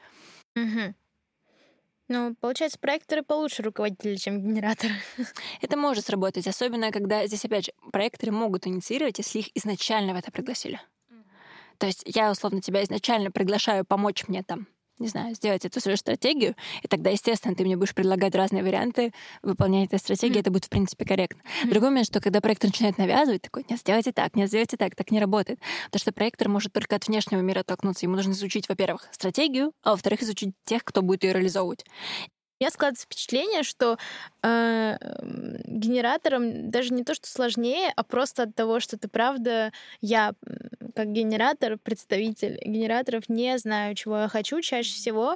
Ну, получается, проекторы получше руководители, чем генераторы. Это может сработать, особенно когда здесь, опять же, проекторы могут инициировать, если их изначально в это пригласили. То есть я, условно, тебя изначально приглашаю помочь мне там, не знаю, сделать эту свою стратегию, и тогда, естественно, ты мне будешь предлагать разные варианты выполнения этой стратегии, это будет, в принципе, корректно. Другой момент, что когда проектор начинает навязывать, такой, нет, сделайте так, так не работает. Потому что проектор может только от внешнего мира оттолкнуться. Ему нужно изучить, во-первых, стратегию, а во-вторых, изучить тех, кто будет ее реализовывать. У меня складывается впечатление, что генераторам даже не то, что сложнее, а просто от того, что ты, правда, я как генератор, представитель генераторов, не знаю, чего я хочу чаще всего.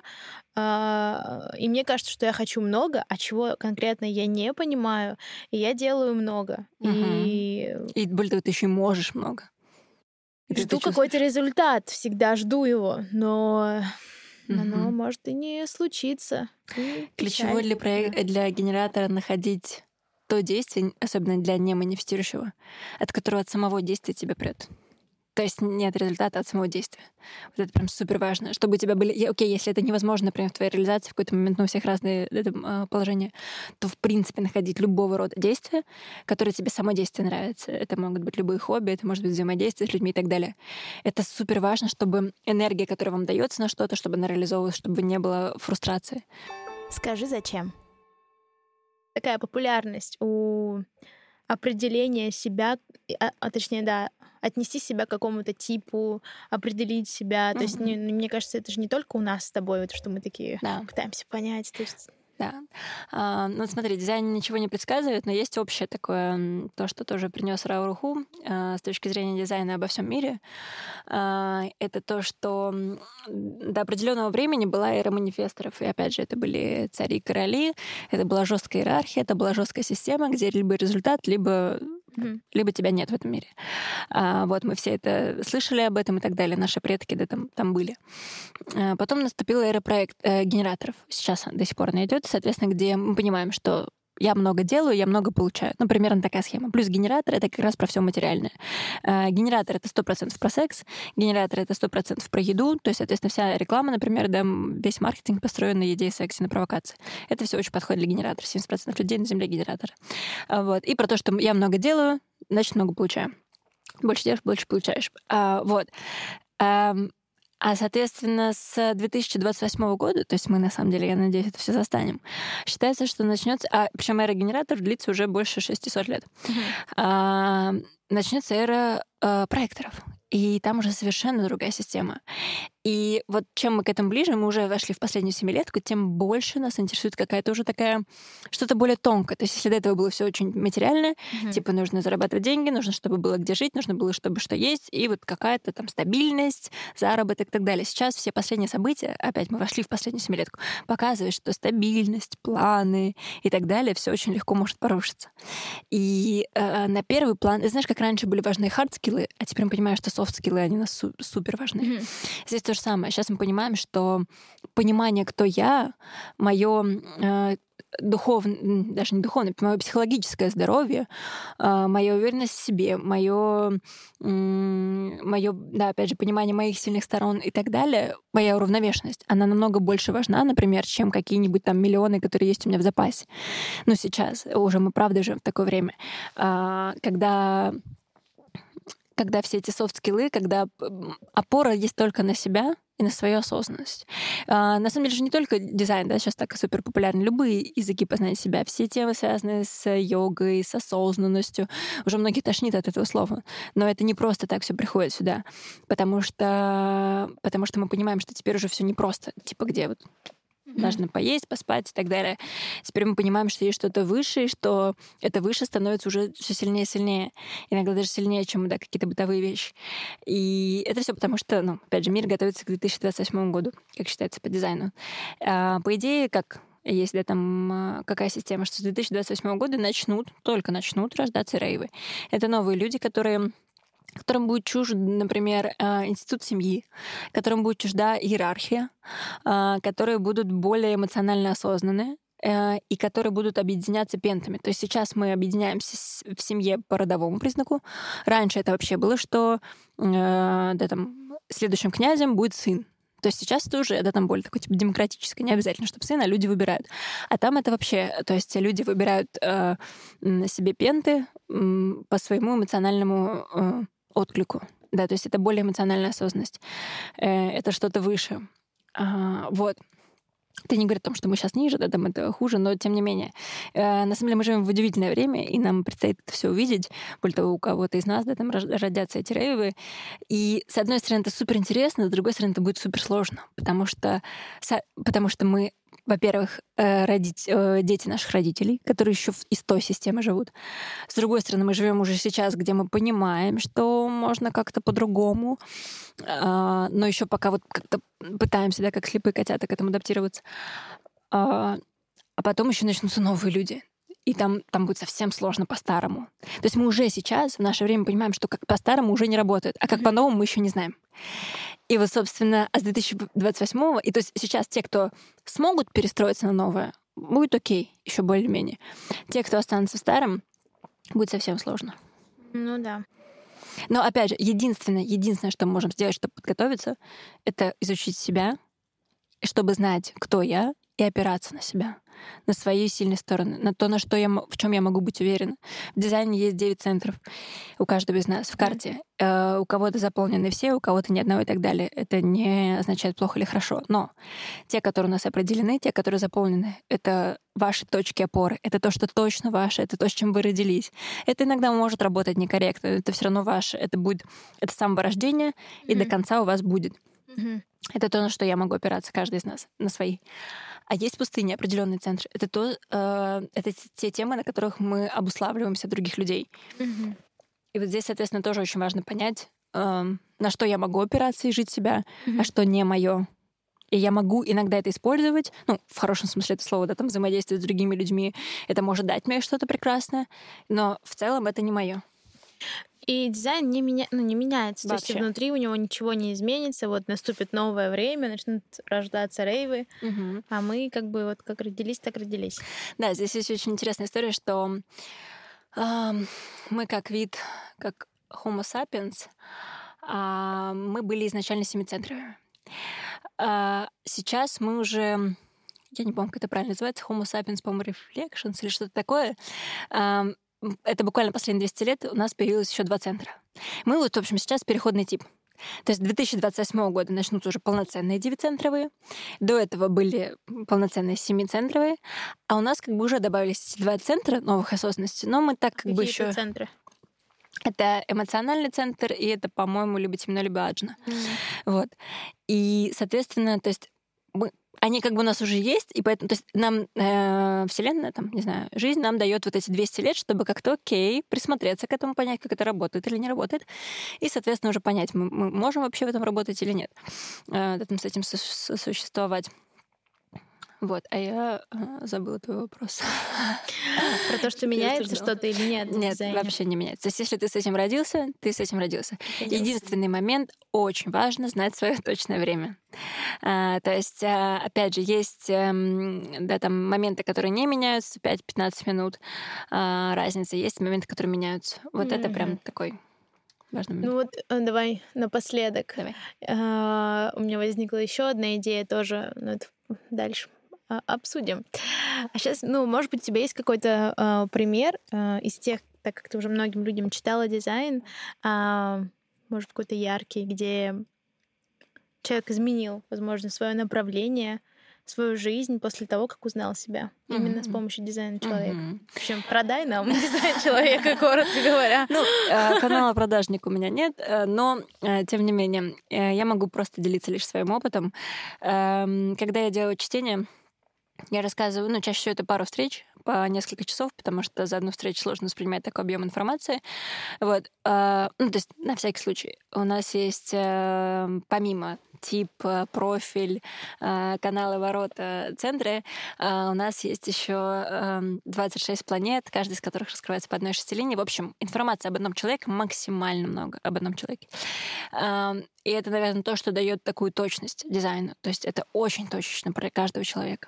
И мне кажется, что я хочу много, а чего конкретно я не понимаю, и я делаю много. И более того, ты еще и можешь много. Жду какой-то результат, всегда жду его, но оно может и не случиться. Ключевое для генератора находить то действие, особенно для неманифестирующего, от которого от самого действия тебя прет. То есть не от результата, а от самого действия. Вот это прям супер важно. Чтобы у тебя были... Окей, если это невозможно, например, в твоей реализации в какой-то момент, у всех разные положения, то, в принципе, находить любого рода действия, которые тебе само действие нравится. Это могут быть любые хобби, это может быть взаимодействие с людьми и так далее. Это супер важно, чтобы энергия, которая вам дается на что-то, чтобы она реализовывалась, чтобы не было фрустрации. Скажи, зачем? Такая популярность у определения себя, точнее, отнести себя к какому-то типу, определить себя. То есть, мне кажется, это же не только у нас с тобой, вот, что мы такие пытаемся понять. То есть... Да. Ну, смотри, дизайн ничего не предсказывает, но есть общее такое, то, что тоже принес Рао Руху с точки зрения дизайна обо всем мире. Это то, что до определенного времени была эра манифесторов. И опять же, это были цари и короли, это была жесткая иерархия, это была жесткая система, где либо результат, либо тебя нет в этом мире. Вот мы все это слышали об этом и так далее. Наши предки там были. Потом наступила эра генераторов. Сейчас она до сих пор она идет, соответственно, где мы понимаем, что я много делаю, я много получаю. Ну, примерно такая схема. Плюс генератор — это как раз про все материальное. Генератор — это 100% про секс, генератор — это 100% про еду, то есть, соответственно, вся реклама, например, весь маркетинг построен на еде и сексе, на провокации. Это все очень подходит для генератора. 70% людей на Земле — генераторы. Вот. И про то, что я много делаю, значит, много получаю. Больше делаешь, больше получаешь. Вот. Соответственно, с 2028 года, то есть мы, на самом деле, я надеюсь, это все застанем, считается, что начнется... Причем эра генераторов длится уже больше 600 лет. Начнется эра проекторов. И там уже совершенно другая система. И вот чем мы к этому ближе, мы уже вошли в последнюю семилетку, тем больше нас интересует какая-то уже такая, что-то более тонкое. То есть если до этого было все очень материальное, типа нужно зарабатывать деньги, нужно, чтобы было где жить, нужно было, чтобы что есть, и вот какая-то там стабильность, заработок и так далее. Сейчас все последние события, опять мы вошли в последнюю семилетку, показывают, что стабильность, планы и так далее, все очень легко может порушиться. И на первый план, знаешь, как раньше были важны хард-скиллы, а теперь мы понимаем, что софт-скиллы, они у нас супер важны. Здесь то же самое. Сейчас мы понимаем, что понимание, кто я, мое духовное, даже не духовное, мое психологическое здоровье, моя уверенность в себе, мое, да, опять же, понимание моих сильных сторон и так далее, моя уравновешенность, она намного больше важна, например, чем какие-нибудь там миллионы, которые есть у меня в запасе. Ну, сейчас уже мы, правда, живем в такое время, когда все эти софт-скиллы, когда опора есть только на себя и на свою осознанность. На самом деле же не только дизайн, да, сейчас так супер популярен. Любые языки познания себя, все темы, связанные с йогой, с осознанностью. Уже многие тошнит от этого слова. Но это не просто так все приходит сюда. Потому что мы понимаем, что теперь уже все не просто. Типа где вот нужно поесть, поспать и так далее. Теперь мы понимаем, что есть что-то выше, и что это выше становится уже все сильнее и сильнее. Иногда даже сильнее, чем какие-то бытовые вещи. И это все потому, что, опять же, мир готовится к 2028 году, как считается по дизайну. По идее, как есть, да, там какая система, что с 2028 года только начнут рождаться рейвы. Это новые люди, которым будет чужд, например, институт семьи, которым будет чужда иерархия, которые будут более эмоционально осознанные и которые будут объединяться пентами. То есть сейчас мы объединяемся в семье по родовому признаку. Раньше это вообще было, что следующим князем будет сын. То есть сейчас это уже, там более такое, типа, демократическое. Не обязательно, чтобы сын, а люди выбирают. А там это вообще, то есть люди выбирают себе пенты по своему эмоциональному отклику. Да, то есть это более эмоциональная осознанность. Это что-то выше. Вот. Это не говорит о том, что мы сейчас ниже, да, там это хуже, но тем не менее. На самом деле мы живем в удивительное время, и нам предстоит это все увидеть. Более того, у кого-то из нас, да, там родятся эти рейвы. И с одной стороны, это супер интересно, с другой стороны, это будет супер сложно, потому что мы, во-первых, дети наших родителей, которые еще из той системы живут. С другой стороны, мы живем уже сейчас, где мы понимаем, что можно как-то по-другому, но еще пока вот как-то пытаемся, да, как слепые котята к этому адаптироваться. А потом еще начнутся новые люди. И там будет совсем сложно по-старому. То есть мы уже сейчас, в наше время, понимаем, что как по-старому уже не работает, а как по-новому мы еще не знаем. И вот, собственно, с 2028-го, и то есть сейчас те, кто смогут перестроиться на новое, будет окей, еще более-менее. Те, кто останется в старом, будет совсем сложно. Ну да. Но, опять же, единственное, что мы можем сделать, чтобы подготовиться, это изучить себя, чтобы знать, кто я, и опираться на себя, на свои сильные стороны, на то, в чем я могу быть уверена. В дизайне есть 9 центров у каждого из нас в карте. У кого-то заполнены все, у кого-то ни одного и так далее. Это не означает плохо или хорошо. Но те, которые у нас определены, те, которые заполнены, это ваши точки опоры. Это то, что точно ваше, это то, с чем вы родились. Это иногда может работать некорректно, это все равно ваше. Это с самого рождения, и до конца у вас будет. Это то, на что я могу опираться, каждый из нас, на свои. А есть пустыни, определенные центры. Это те темы, на которых мы обуславливаемся от других людей. И вот здесь, соответственно, тоже очень важно понять, на что я могу опираться и жить себя, а что не мое. И я могу иногда это использовать, в хорошем смысле этого слова, да, там взаимодействовать с другими людьми. Это может дать мне что-то прекрасное, но в целом это не мое. И дизайн не меняется. Вообще. То есть внутри у него ничего не изменится. Вот наступит новое время, начнут рождаться рейвы, а мы как родились, так родились. Да, здесь есть очень интересная история, что мы как вид, как Homo sapiens, мы были изначально семицентровыми. Сейчас мы уже, я не помню, как это правильно называется, Homo sapiens, по-моему, reflections или что-то такое. Это буквально последние 200 лет у нас появилось еще 2 центра. Мы в общем, сейчас переходный тип. То есть 2028 года начнутся уже полноценные 9-центровые. До этого были полноценные 7-центровые. А у нас уже добавились 2 центра новых осознанностей. Но мы так еще... центры? Это эмоциональный центр, и это, по-моему, либо темно, либо аджна. Вот. И, соответственно, то есть они как бы у нас уже есть, и поэтому, то есть нам Вселенная, там, не знаю, жизнь нам дает вот эти 200 лет, чтобы как-то, присмотреться к этому, понять, как это работает или не работает, и, соответственно, уже понять, мы можем вообще в этом работать или нет, с этим сосуществовать. Вот, а я забыла твой вопрос. Про то, что меняется что-то или нет? Нет, вообще не меняется. То есть если ты с этим родился, ты с этим родился. Единственный момент, очень важно знать свое точное время. То есть, опять же, есть там моменты, которые не меняются, 5-15 минут разница, есть моменты, которые меняются. Вот это прям такой важный момент. Ну вот давай напоследок. Давай. У меня возникла еще одна идея тоже, но это дальше обсудим. А сейчас, может быть, у тебя есть какой-то пример из тех, так как ты уже многим людям читала дизайн, может, какой-то яркий, где человек изменил, возможно, свое направление, свою жизнь после того, как узнал себя. Именно с помощью дизайна человека. В общем, продай нам дизайн человека, коротко говоря. Канала продажник у меня нет, но, тем не менее, я могу просто делиться лишь своим опытом. Когда я делаю чтение, я рассказываю, чаще всего это пару встреч по несколько часов, потому что за одну встречу сложно воспринимать такой объем информации. Вот. То есть, на всякий случай, у нас есть, помимо тип, профиль, каналы, ворота, центры, у нас есть еще 26 планет, каждая из которых раскрывается по одной шестилинии. В общем, информация об одном человеке максимально много об одном человеке. И это, наверное, то, что дает такую точность дизайну. То есть это очень точечно про каждого человека.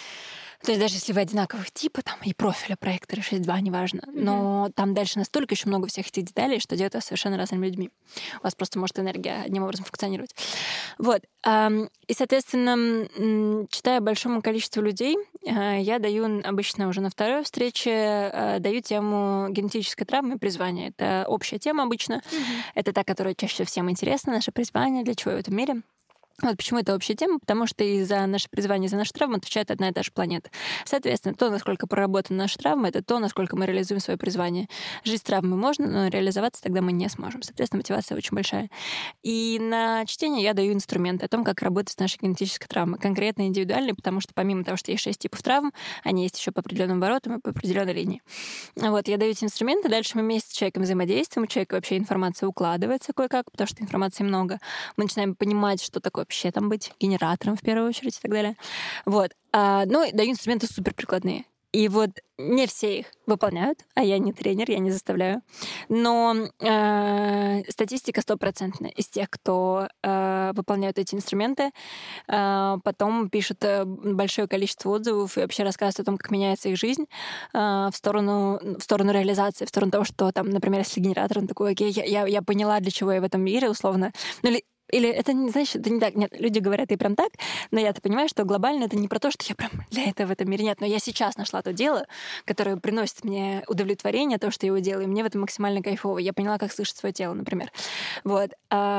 То есть даже если вы одинаковых типа, там и профиля проектора 6.2, неважно, но там дальше настолько еще много всех этих деталей, что делает вас совершенно разными людьми. У вас просто может энергия одним образом функционировать. Вот. И, соответственно, читая большому количеству людей, я даю обычно уже на второй встрече, даю тему генетической травмы и призвания. Это общая тема обычно. Это та, которая чаще всего всем интересна, наше призвание, для чего я в этом мире. Вот почему это общая тема, потому что и за наше призвание, за нашу травму отвечает одна и та же планета. Соответственно, то, насколько проработана наша травма, это то, насколько мы реализуем свое призвание. Жить с травмой можно, но реализоваться тогда мы не сможем. Соответственно, мотивация очень большая. И на чтение я даю инструменты о том, как работать с нашей генетической травмой. Конкретно индивидуальные, потому что помимо того, что есть 6 типов травм, они есть еще по определенным воротам и по определенной линии. Вот, я даю эти инструменты, дальше мы вместе с человеком взаимодействуем, у человека вообще информация укладывается кое-как, потому что информации много. Мы начинаем понимать, что такое вообще там быть генератором в первую очередь и так далее. Вот. Ну, и даю инструменты суперприкладные. И вот не все их выполняют, а я не тренер, я не заставляю. Но статистика 100% из тех, кто выполняют эти инструменты, потом пишут большое количество отзывов и вообще рассказывают о том, как меняется их жизнь в сторону реализации, в сторону того, что там, например, если генератор, он такой, окей, я поняла, для чего я в этом мире, условно. Ну, или это, знаешь, это не так. Нет, люди говорят, и прям так, но я-то понимаю, что глобально это не про то, что я прям для этого в этом мире нет. Но я сейчас нашла то дело, которое приносит мне удовлетворение, то, что я его делаю, и мне в этом максимально кайфово. Я поняла, как слышать свое тело, например. Вот.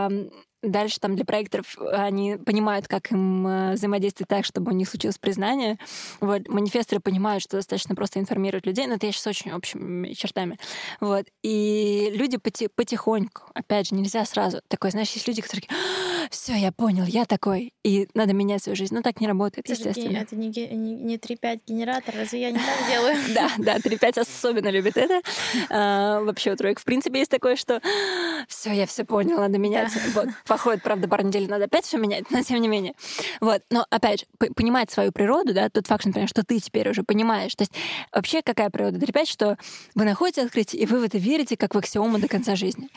Дальше там для проектов они понимают, как им взаимодействовать так, чтобы у них случилось признание. Вот. Манифесторы понимают, что достаточно просто информировать людей, но это я сейчас очень общими чертами. Вот. И люди потихоньку, опять же, нельзя сразу. Такой, знаешь, есть люди, которые все, я понял, я такой, и надо менять свою жизнь. Но так не работает, естественно. Это не 3.5 генератор, разве я не так делаю? Да, 3.5 особенно любит это. Вообще у троек в принципе есть такое, что все, я все понял, надо менять. Вот. Походит, правда, пару недель, надо опять все менять, но тем не менее. Вот. Но, опять же, понимать свою природу, да, тот факт, например, что ты теперь уже понимаешь. То есть вообще какая природа 3.5, что вы находите открытие, и вы в это верите, как в аксиому до конца жизни.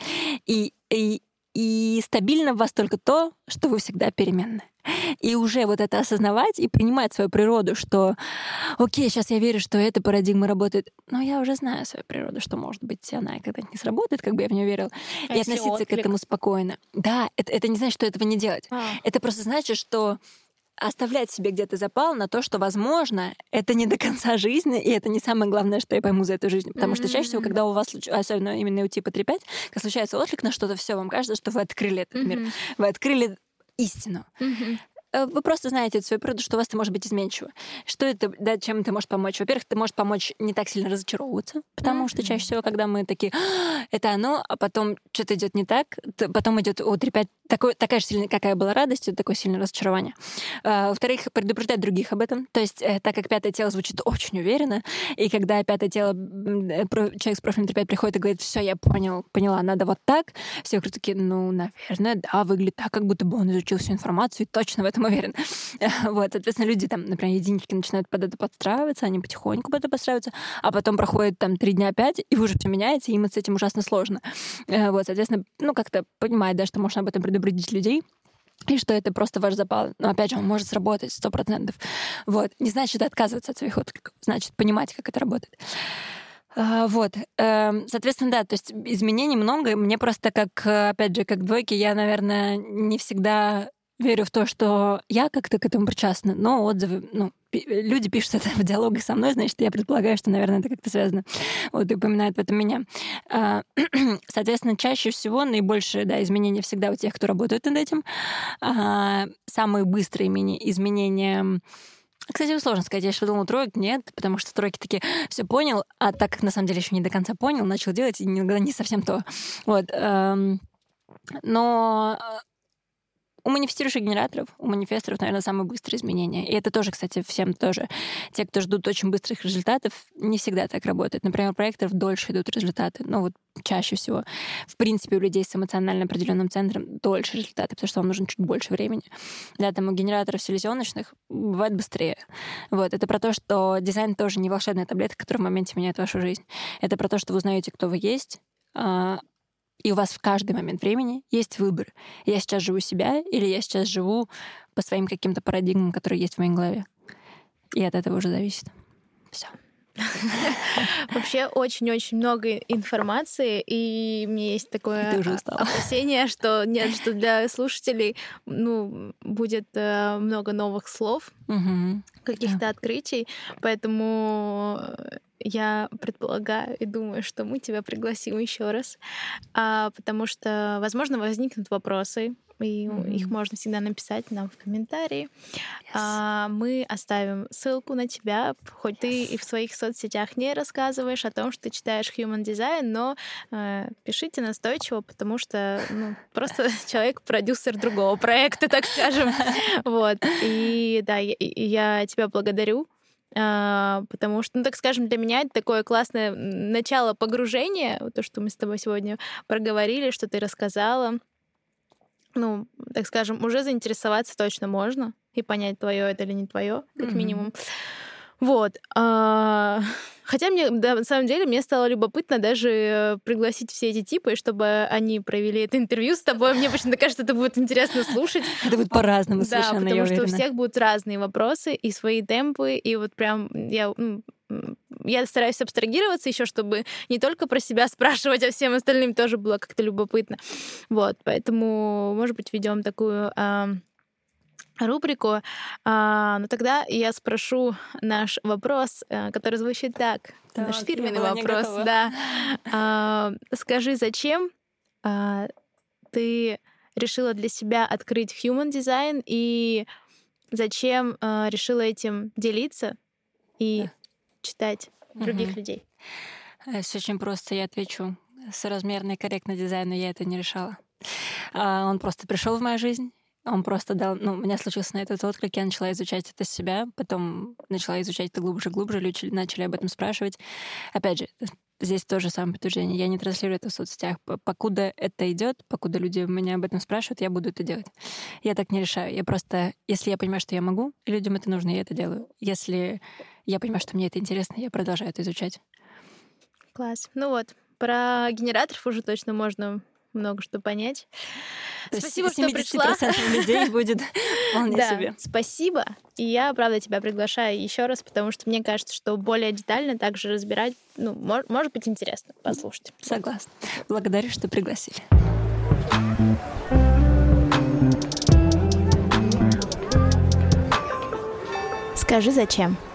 И стабильно в вас только то, что вы всегда переменны. И уже вот это осознавать и принимать свою природу, что окей, сейчас я верю, что эта парадигма работает, но я уже знаю свою природу, что, может быть, она когда-то не сработает, как бы я в нее верила, и относиться к этому спокойно. Да, это не значит, что этого не делать. Это просто значит, что оставлять себе где-то запал на то, что, возможно, это не до конца жизни, и это не самое главное, что я пойму за эту жизнь. Потому что чаще всего, когда у вас, особенно именно у типа 3.5, когда случается отклик на что-то, все, вам кажется, что вы открыли этот мир. Вы открыли истину. вы просто знаете свою природу, что у вас это может быть изменчиво. Что это, да, чем это может помочь? Во-первых, это может помочь не так сильно разочаровываться, потому что чаще всего, когда мы такие, это оно, а потом что-то идет не так, потом идет трепать такая же сильная, какая была радость, это такое сильное разочарование. Во-вторых, предупреждать других об этом. То есть, так как пятое тело звучит очень уверенно, и когда пятое тело, человек с профилем 3-5 приходит и говорит, все, я поняла, надо вот так, все вокруг такие, ну, наверное, да, выглядит так, как будто бы он изучил всю информацию и точно в этом уверен. Вот, соответственно, люди там, например, единички начинают под это подстраиваться, они потихоньку под это подстраиваются, а потом проходит там 3 дня опять, и уже все меняется, и им с этим ужасно сложно. Вот, соответственно, ну, как-то понимать, да, что можно об этом предупредить людей, и что это просто ваш запал. Но, опять же, он может сработать 100%. Вот. Не значит отказываться от своих откликов, значит понимать, как это работает. Вот. Соответственно, да, то есть изменений много. Мне просто, как, опять же, как двойки, я, наверное, не всегда верю в то, что я как-то к этому причастна, но отзывы, люди пишут это в диалогах со мной, значит, я предполагаю, что, наверное, это как-то связано. Вот, и упоминают в этом меня. Соответственно, чаще всего наибольшие, да, изменения всегда у тех, кто работает над этим. Самые быстрые изменения... Кстати, сложно сказать, я еще думала, троек нет, потому что тройки такие, все понял, а так как на самом деле еще не до конца понял, начал делать, и не совсем то. Вот. Но у манифестирующих генераторов, у манифесторов, наверное, самые быстрые изменения. И это тоже, кстати, всем тоже. Те, кто ждут очень быстрых результатов, не всегда так работает. Например, у проекторов дольше идут результаты. Вот чаще всего. В принципе, у людей с эмоционально определенным центром дольше результаты, потому что вам нужно чуть больше времени. Да, там у генераторов селезеночных бывает быстрее. Вот. Это про то, что дизайн тоже не волшебная таблетка, которая в моменте меняет вашу жизнь. Это про то, что вы узнаете, кто вы есть, и у вас в каждый момент времени есть выбор. Я сейчас живу себя, или я сейчас живу по своим каким-то парадигмам, которые есть в моей голове. И от этого уже зависит. Все. Вообще очень-очень много информации, и мне есть такое опасение, что для слушателей будет много новых слов, каких-то открытий, поэтому я предполагаю и думаю, что мы тебя пригласим еще раз, потому что, возможно, возникнут вопросы, и их можно всегда написать нам в комментарии. Мы оставим ссылку на тебя, хоть ты и в своих соцсетях не рассказываешь о том, что ты читаешь Human Design, но пишите настойчиво, потому что просто человек продюсер другого проекта, так скажем. Вот. И да, я тебя благодарю, потому что, так скажем, для меня это такое классное начало погружения, то, что мы с тобой сегодня проговорили, что ты рассказала. Так скажем, уже заинтересоваться точно можно и понять, твое это или не твое, как минимум. Вот. Хотя на самом деле, мне стало любопытно даже пригласить все эти типы, чтобы они провели это интервью с тобой. Мне почему-то кажется, это будет интересно слушать. Это будет по-разному совершенно, да, потому что у всех будут разные вопросы и свои темпы, и вот прям я стараюсь абстрагироваться еще, чтобы не только про себя спрашивать, а всем остальным тоже было как-то любопытно. Вот, поэтому, может быть, ведем такую рубрику. Но тогда я спрошу наш вопрос, который звучит так. Наш фирменный вопрос. Да. Скажи, зачем ты решила для себя открыть Human Design и зачем решила этим делиться и читать других людей? Все очень просто, я отвечу. Соразмерно и корректно дизайну я это не решала. Он просто пришел в мою жизнь. Он просто дал... у меня случился на этот отклик, я начала изучать это себя, потом начала изучать это глубже, люди начали об этом спрашивать. Опять же, здесь тоже самое подтверждение. Я не транслирую это в соцсетях. Покуда это идет, покуда люди меня об этом спрашивают, я буду это делать. Я так не решаю. Я просто... Если я понимаю, что я могу, и людям это нужно, я это делаю. Если я понимаю, что мне это интересно, я продолжаю это изучать. Класс. Про генераторов уже точно можно много что понять. Спасибо, что пришла. 70% людей будет вполне себе. Спасибо. И я, правда, тебя приглашаю еще раз, потому что мне кажется, что более детально также разбирать, может быть, интересно послушать. Согласна. Благодарю, что пригласили. Скажи, зачем?